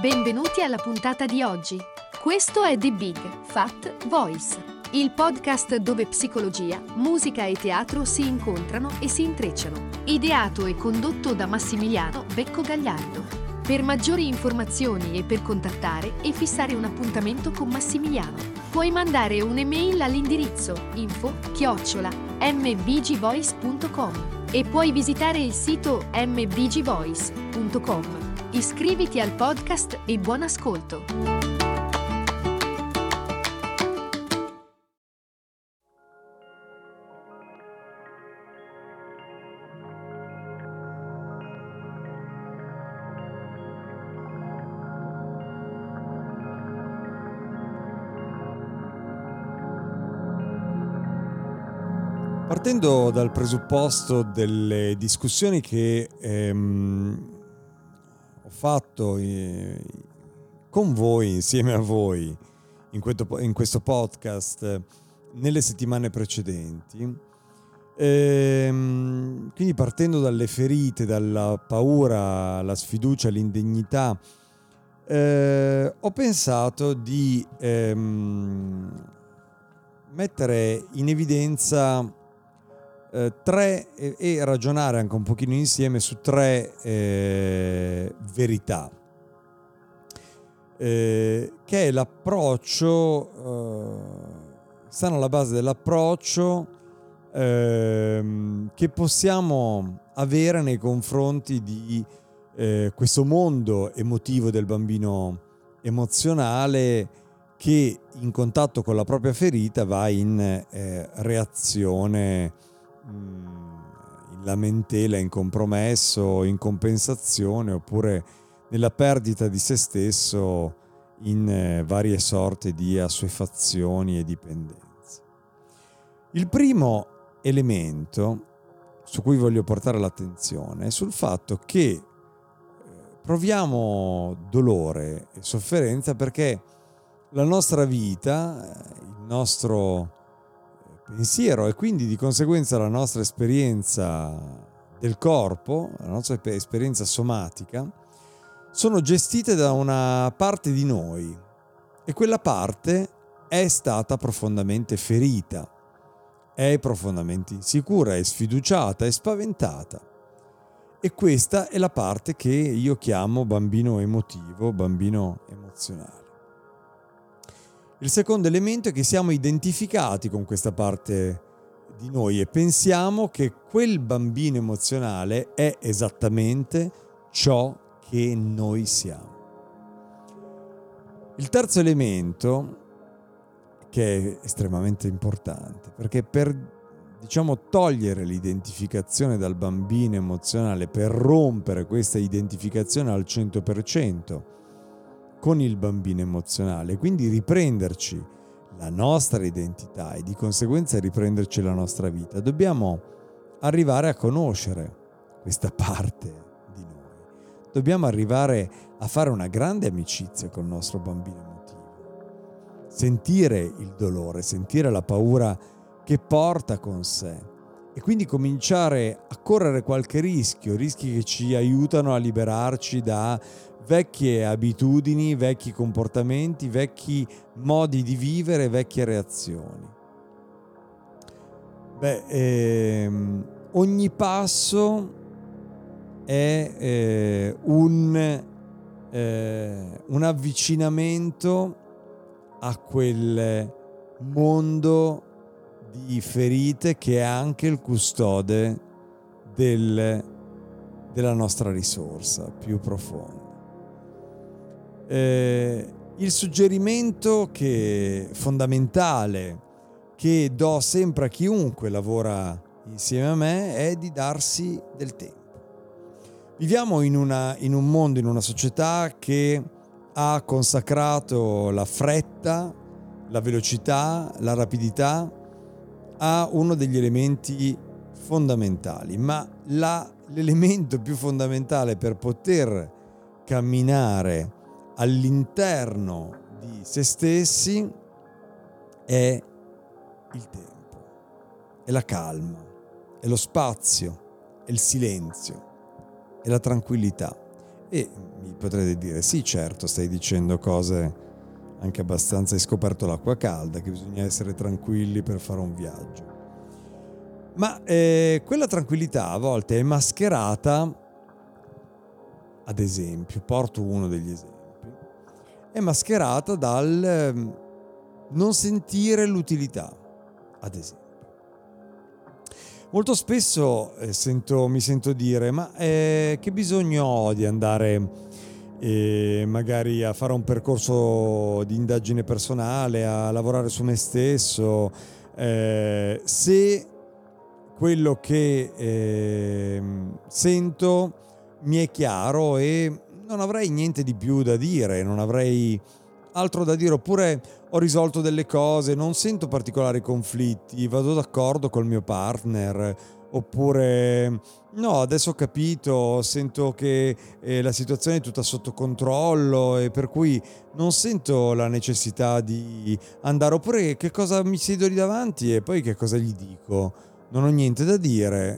Benvenuti alla puntata di oggi. Questo è The Big Fat Voice, il podcast dove psicologia, musica e teatro si incontrano e si intrecciano. Ideato e condotto da Massimiliano Becco Gagliardo. Per maggiori informazioni e per contattare e fissare un appuntamento con Massimiliano, puoi mandare un'email all'indirizzo info@mbgvoice.com e puoi visitare il sito mbgvoice.com. Iscriviti al podcast e buon ascolto! Partendo dal presupposto delle discussioni che ho fatto con voi, insieme a voi, in questo podcast nelle settimane precedenti, quindi partendo dalle ferite, dalla paura, la sfiducia, l'indegnità, ho pensato di mettere in evidenza tre e ragionare anche un pochino insieme su tre verità, che è l'approccio, stanno alla base dell'approccio che possiamo avere nei confronti di questo mondo emotivo del bambino emozionale che in contatto con la propria ferita va in reazione, in lamentela, in compromesso, in compensazione, oppure nella perdita di se stesso in varie sorte di assuefazioni e dipendenze. Il primo elemento su cui voglio portare l'attenzione è sul fatto che proviamo dolore e sofferenza perché la nostra vita, il nostro pensiero e quindi di conseguenza la nostra esperienza del corpo, la nostra esperienza somatica, sono gestite da una parte di noi e quella parte è stata profondamente ferita, è profondamente insicura, è sfiduciata, è spaventata. E questa è la parte che io chiamo bambino emotivo, bambino emozionale. Il secondo elemento è che siamo identificati con questa parte di noi e pensiamo che quel bambino emozionale è esattamente ciò che noi siamo. Il terzo elemento, che è estremamente importante, perché per togliere l'identificazione dal bambino emozionale, per rompere questa identificazione al 100% con il bambino emozionale, quindi riprenderci la nostra identità e di conseguenza riprenderci la nostra vita, dobbiamo arrivare a conoscere questa parte di noi. Dobbiamo arrivare a fare una grande amicizia con il nostro bambino emotivo, sentire il dolore, sentire la paura che porta con sé e quindi cominciare a correre qualche rischio, rischi che ci aiutano a liberarci da vecchie abitudini, vecchi comportamenti, vecchi modi di vivere, vecchie reazioni. Ogni passo è un avvicinamento a quel mondo di ferite che è anche il custode della nostra risorsa più profonda. Il suggerimento fondamentale che do sempre a chiunque lavora insieme a me è di darsi del tempo. Viviamo in un mondo, in una società che ha consacrato la fretta, la velocità, la rapidità a uno degli elementi fondamentali, ma l'elemento più fondamentale per poter camminare all'interno di se stessi è il tempo, è la calma, è lo spazio, è il silenzio, è la tranquillità. E mi potrete dire, sì certo, stai dicendo cose anche abbastanza, hai scoperto l'acqua calda, che bisogna essere tranquilli per fare un viaggio. Ma quella tranquillità a volte è mascherata, ad esempio, porto uno degli esempi, è mascherata dal non sentire l'utilità, ad esempio. Molto spesso mi sento dire, ma che bisogno ho di andare magari a fare un percorso di indagine personale, a lavorare su me stesso, se quello che sento mi è chiaro e non avrei niente di più da dire, non avrei altro da dire, oppure ho risolto delle cose, non sento particolari conflitti, vado d'accordo col mio partner, oppure no, adesso ho capito, sento che la situazione è tutta sotto controllo e per cui non sento la necessità di andare, oppure che cosa mi siedo lì davanti e poi che cosa gli dico, non ho niente da dire.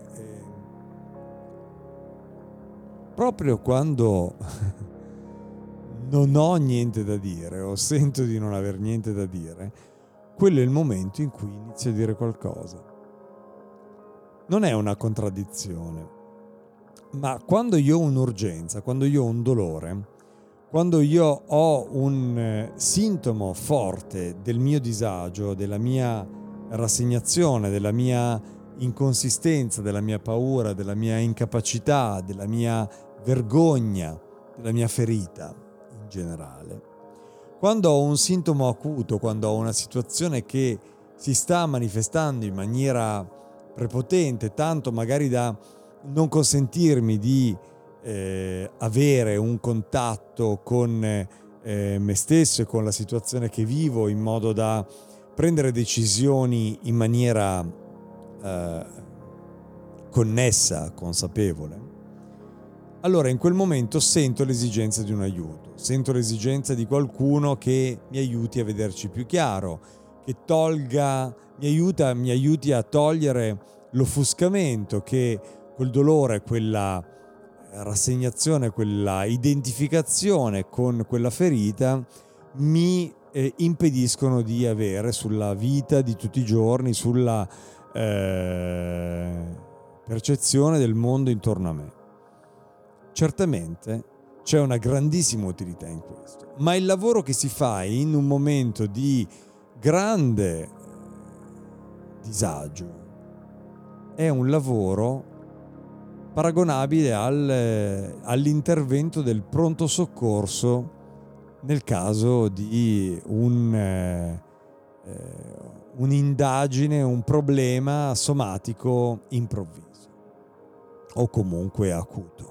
Proprio quando non ho niente da dire o sento di non aver niente da dire, quello è il momento in cui inizio a dire qualcosa. Non è una contraddizione, ma quando io ho un'urgenza, quando io ho un dolore, quando io ho un sintomo forte del mio disagio, della mia rassegnazione, della mia inconsistenza, della mia paura, della mia incapacità, della mia vergogna, della mia ferita in generale, quando ho un sintomo acuto, quando ho una situazione che si sta manifestando in maniera prepotente, tanto magari da non consentirmi di avere un contatto con me stesso e con la situazione che vivo, in modo da prendere decisioni in maniera connessa, consapevole, allora in quel momento sento l'esigenza di un aiuto, sento l'esigenza di qualcuno che mi aiuti a vederci più chiaro, che mi aiuti a togliere l'offuscamento che quel dolore, quella rassegnazione, quella identificazione con quella ferita mi impediscono di avere sulla vita di tutti i giorni, sulla percezione del mondo intorno a me. Certamente c'è una grandissima utilità in questo, ma il lavoro che si fa in un momento di grande disagio è un lavoro paragonabile all'intervento del pronto soccorso nel caso di un'indagine, un problema somatico improvviso o comunque acuto.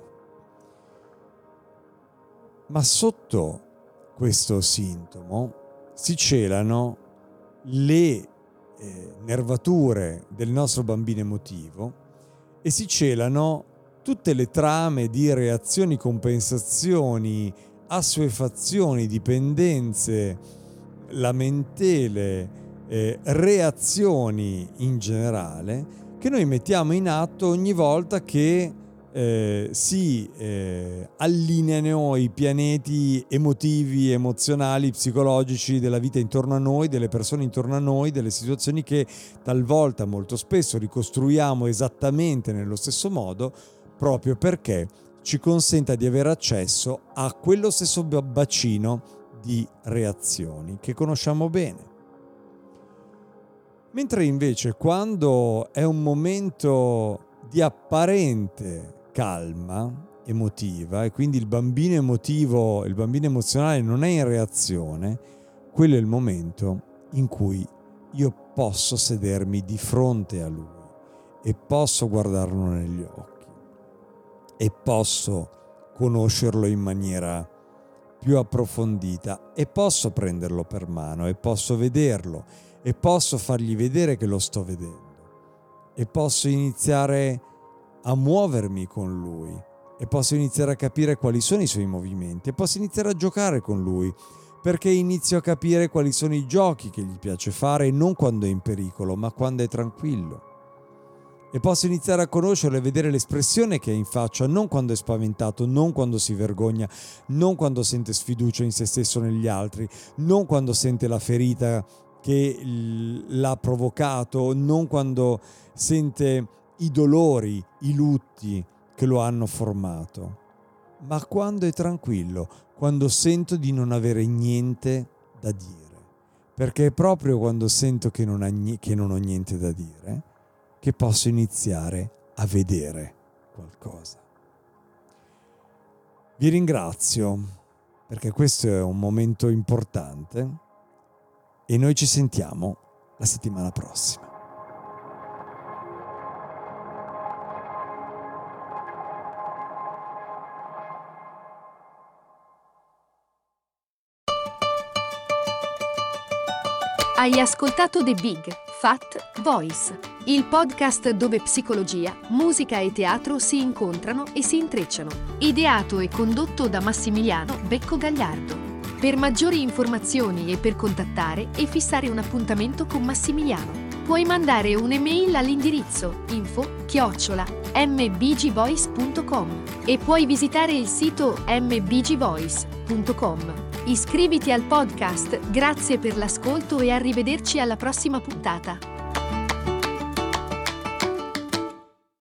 Ma sotto questo sintomo si celano le nervature del nostro bambino emotivo e si celano tutte le trame di reazioni, compensazioni, assuefazioni, dipendenze, lamentele, reazioni in generale che noi mettiamo in atto ogni volta che si allineano i pianeti emotivi, emozionali, psicologici della vita intorno a noi, delle persone intorno a noi, delle situazioni che talvolta, molto spesso, ricostruiamo esattamente nello stesso modo, proprio perché ci consenta di avere accesso a quello stesso bacino di reazioni che conosciamo bene. Mentre invece quando è un momento di apparente calma emotiva e quindi il bambino emotivo, il bambino emozionale non è in reazione, quello è il momento in cui io posso sedermi di fronte a lui e posso guardarlo negli occhi e posso conoscerlo in maniera più approfondita e posso prenderlo per mano e posso vederlo e posso fargli vedere che lo sto vedendo e posso iniziare a muovermi con lui e posso iniziare a capire quali sono i suoi movimenti e posso iniziare a giocare con lui, perché inizio a capire quali sono i giochi che gli piace fare, non quando è in pericolo ma quando è tranquillo. E posso iniziare a conoscerlo e vedere l'espressione che ha in faccia, non quando è spaventato, non quando si vergogna, non quando sente sfiducia in se stesso o negli altri, non quando sente la ferita che l'ha provocato, non quando sente i dolori, i lutti che lo hanno formato, ma quando è tranquillo, quando sento di non avere niente da dire. Perché è proprio quando sento che non ho niente da dire che posso iniziare a vedere qualcosa. Vi ringrazio perché questo è un momento importante e noi ci sentiamo la settimana prossima. Hai ascoltato The Big Fat Voice, il podcast dove psicologia, musica e teatro si incontrano e si intrecciano. Ideato e condotto da Massimiliano Becco Gagliardo. Per maggiori informazioni e per contattare e fissare un appuntamento con Massimiliano, puoi mandare un'email all'indirizzo info@mbgvoice.com e puoi visitare il sito mbgvoice.com. Iscriviti al podcast, grazie per l'ascolto e arrivederci alla prossima puntata.